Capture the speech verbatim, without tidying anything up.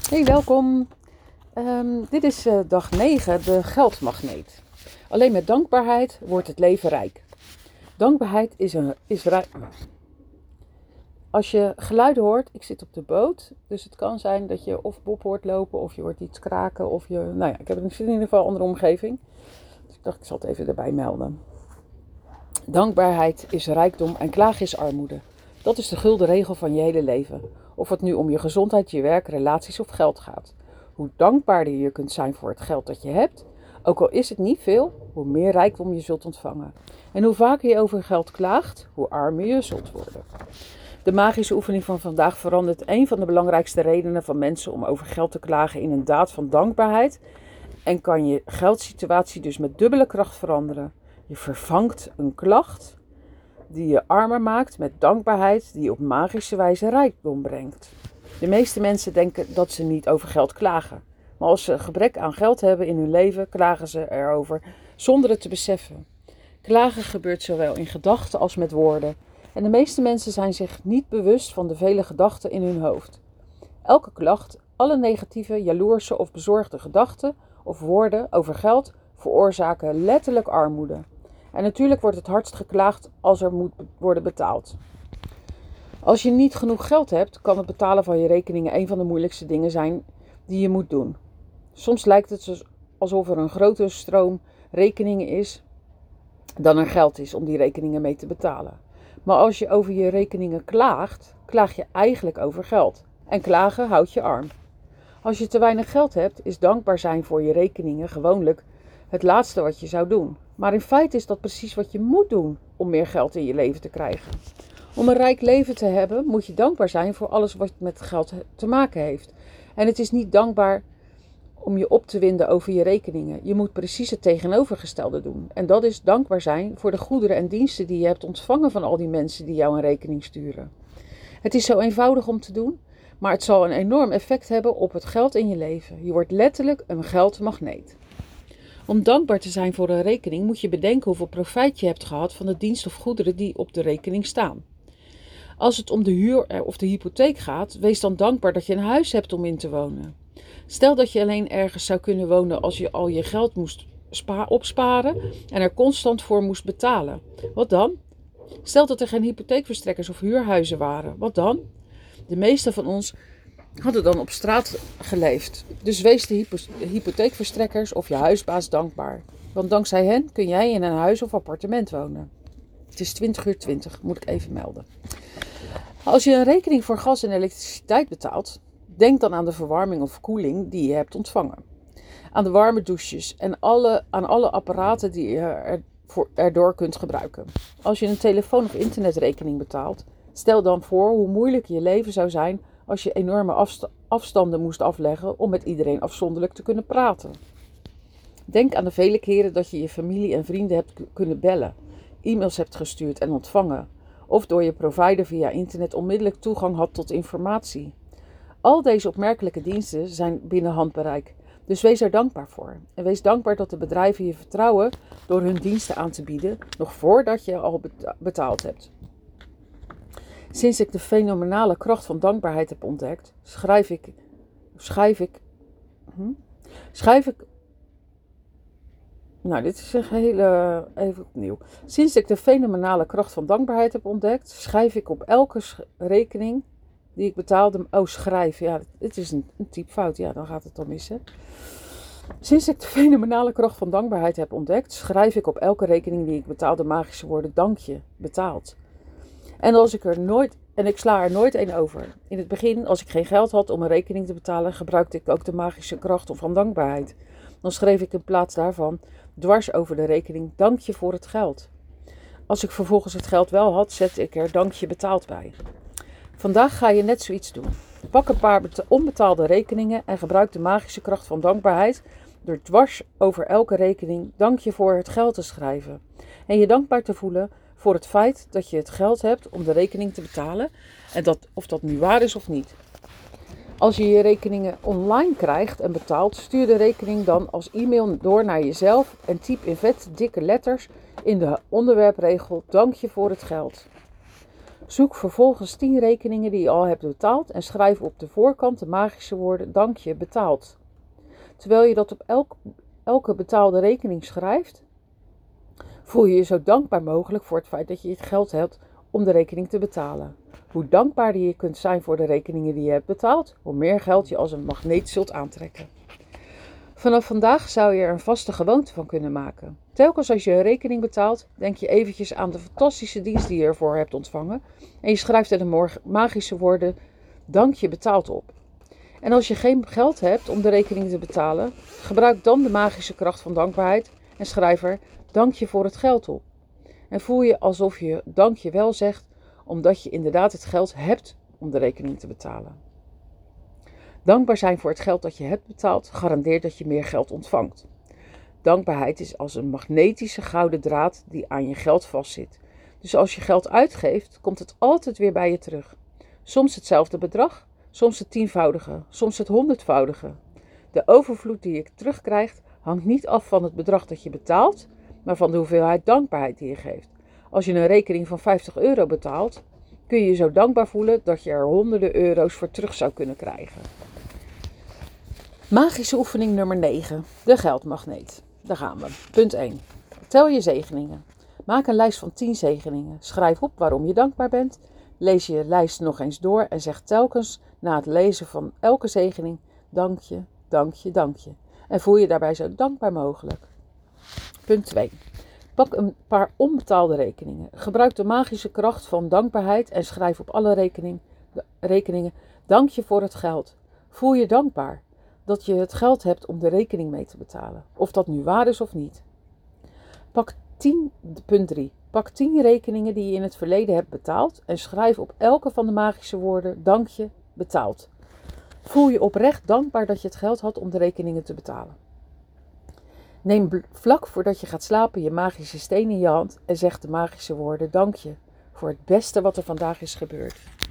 Hey, welkom. Um, dit is uh, dag negen, de geldmagneet. Alleen met dankbaarheid wordt het leven rijk. Dankbaarheid is, een, is rijk. Als je geluiden hoort, ik zit op de boot, dus het kan zijn dat je of Bob hoort lopen of je hoort iets kraken of je, nou ja, ik heb het in ieder geval een andere omgeving. Dus ik dacht, ik zal het even erbij melden. Dankbaarheid is rijkdom en klagen is armoede. Dat is de gulden regel van je hele leven. Of het nu om je gezondheid, je werk, relaties of geld gaat. Hoe dankbaarder je kunt zijn voor het geld dat je hebt, ook al is het niet veel, hoe meer rijkdom je zult ontvangen. En hoe vaker je over geld klaagt, hoe armer je zult worden. De magische oefening van vandaag verandert een van de belangrijkste redenen van mensen om over geld te klagen in een daad van dankbaarheid en kan je geldsituatie dus met dubbele kracht veranderen. Je vervangt een klacht die je armer maakt met dankbaarheid die je op magische wijze rijkdom brengt. De meeste mensen denken dat ze niet over geld klagen. Maar als ze een gebrek aan geld hebben in hun leven, klagen ze erover zonder het te beseffen. Klagen gebeurt zowel in gedachten als met woorden. En de meeste mensen zijn zich niet bewust van de vele gedachten in hun hoofd. Elke klacht, alle negatieve, jaloerse of bezorgde gedachten of woorden over geld veroorzaken letterlijk armoede. En natuurlijk wordt het hardst geklaagd als er moet worden betaald. Als je niet genoeg geld hebt, kan het betalen van je rekeningen een van de moeilijkste dingen zijn die je moet doen. Soms lijkt het alsof er een grotere stroom rekeningen is dan er geld is om die rekeningen mee te betalen. Maar als je over je rekeningen klaagt, klaag je eigenlijk over geld. En klagen houdt je arm. Als je te weinig geld hebt, is dankbaar zijn voor je rekeningen gewoonlijk het laatste wat je zou doen. Maar in feite is dat precies wat je moet doen om meer geld in je leven te krijgen. Om een rijk leven te hebben, moet je dankbaar zijn voor alles wat met geld te maken heeft. En het is niet dankbaar om je op te winden over je rekeningen. Je moet precies het tegenovergestelde doen. En dat is dankbaar zijn voor de goederen en diensten die je hebt ontvangen van al die mensen die jou een rekening sturen. Het is zo eenvoudig om te doen, maar het zal een enorm effect hebben op het geld in je leven. Je wordt letterlijk een geldmagneet. Om dankbaar te zijn voor een rekening moet je bedenken hoeveel profijt je hebt gehad van de dienst of goederen die op de rekening staan. Als het om de huur of de hypotheek gaat, wees dan dankbaar dat je een huis hebt om in te wonen. Stel dat je alleen ergens zou kunnen wonen als je al je geld moest spa- opsparen en er constant voor moest betalen. Wat dan? Stel dat er geen hypotheekverstrekkers of huurhuizen waren. Wat dan? De meeste van ons hadden dan op straat geleefd. Dus wees de hypo- hypotheekverstrekkers of je huisbaas dankbaar. Want dankzij hen kun jij in een huis of appartement wonen. Het is twintig uur twintig, moet ik even melden. Als je een rekening voor gas en elektriciteit betaalt, denk dan aan de verwarming of koeling die je hebt ontvangen. Aan de warme douches en alle, aan alle apparaten die je er, voor, erdoor kunt gebruiken. Als je een telefoon- of internetrekening betaalt, stel dan voor hoe moeilijk je leven zou zijn als je enorme afsta- afstanden moest afleggen om met iedereen afzonderlijk te kunnen praten. Denk aan de vele keren dat je je familie en vrienden hebt k- kunnen bellen, e-mails hebt gestuurd en ontvangen, of door je provider via internet onmiddellijk toegang had tot informatie. Al deze opmerkelijke diensten zijn binnen handbereik, dus wees er dankbaar voor. En wees dankbaar dat de bedrijven je vertrouwen door hun diensten aan te bieden, nog voordat je al betaald hebt. Sinds ik de fenomenale kracht van dankbaarheid heb ontdekt, schrijf ik, schrijf ik, hm? schrijf ik, nou dit is een hele, even opnieuw. Sinds ik de fenomenale kracht van dankbaarheid heb ontdekt, schrijf ik op elke sch- rekening die ik betaalde, oh schrijf, ja, dit is een, een typfout, ja, dan gaat het dan mis, hè. Sinds ik de fenomenale kracht van dankbaarheid heb ontdekt, schrijf ik op elke rekening die ik betaal de magische woorden dank je, betaald. En als ik er nooit, en ik sla er nooit een over. In het begin, als ik geen geld had om een rekening te betalen, gebruikte ik ook de magische kracht van dankbaarheid. Dan schreef ik in plaats daarvan dwars over de rekening dank je voor het geld. Als ik vervolgens het geld wel had, zette ik er dank je betaald bij. Vandaag ga je net zoiets doen. Pak een paar onbetaalde rekeningen en gebruik de magische kracht van dankbaarheid door dwars over elke rekening dank je voor het geld te schrijven. En je dankbaar te voelen voor het feit dat je het geld hebt om de rekening te betalen en dat, of dat nu waar is of niet. Als je je rekeningen online krijgt en betaalt, stuur de rekening dan als e-mail door naar jezelf en typ in vet dikke letters in de onderwerpregel dank je voor het geld. Zoek vervolgens tien rekeningen die je al hebt betaald en schrijf op de voorkant de magische woorden dank je betaald. Terwijl je dat op elk, elke betaalde rekening schrijft, voel je je zo dankbaar mogelijk voor het feit dat je het geld hebt om de rekening te betalen. Hoe dankbaarder je kunt zijn voor de rekeningen die je hebt betaald, hoe meer geld je als een magneet zult aantrekken. Vanaf vandaag zou je er een vaste gewoonte van kunnen maken. Telkens als je een rekening betaalt, denk je eventjes aan de fantastische dienst die je ervoor hebt ontvangen en je schrijft er de magische woorden dank je betaald op. En als je geen geld hebt om de rekening te betalen, gebruik dan de magische kracht van dankbaarheid en schrijf er dank je voor het geld op. En voel je alsof je dank je wel zegt, omdat je inderdaad het geld hebt om de rekening te betalen. Dankbaar zijn voor het geld dat je hebt betaald, garandeert dat je meer geld ontvangt. Dankbaarheid is als een magnetische gouden draad die aan je geld vastzit. Dus als je geld uitgeeft, komt het altijd weer bij je terug. Soms hetzelfde bedrag, soms het tienvoudige, soms het honderdvoudige. De overvloed die je terugkrijgt hangt niet af van het bedrag dat je betaalt, maar van de hoeveelheid dankbaarheid die je geeft. Als je een rekening van vijftig euro betaalt, kun je je zo dankbaar voelen dat je er honderden euro's voor terug zou kunnen krijgen. Magische oefening nummer negen. De geldmagneet. Daar gaan we. Punt één. Tel je zegeningen. Maak een lijst van tien zegeningen. Schrijf op waarom je dankbaar bent. Lees je lijst nog eens door en zeg telkens na het lezen van elke zegening dank je, dank je, dank je. En voel je daarbij zo dankbaar mogelijk. Punt twee. Pak een paar onbetaalde rekeningen. Gebruik de magische kracht van dankbaarheid en schrijf op alle rekening, rekeningen dank je voor het geld. Voel je dankbaar dat je het geld hebt om de rekening mee te betalen. Of dat nu waar is of niet. Pak tien, punt drie. Pak tien rekeningen die je in het verleden hebt betaald en schrijf op elke van de magische woorden dank je betaald. Voel je oprecht dankbaar dat je het geld had om de rekeningen te betalen. Neem vlak voordat je gaat slapen je magische steen in je hand en zeg de magische woorden dank je voor het beste wat er vandaag is gebeurd.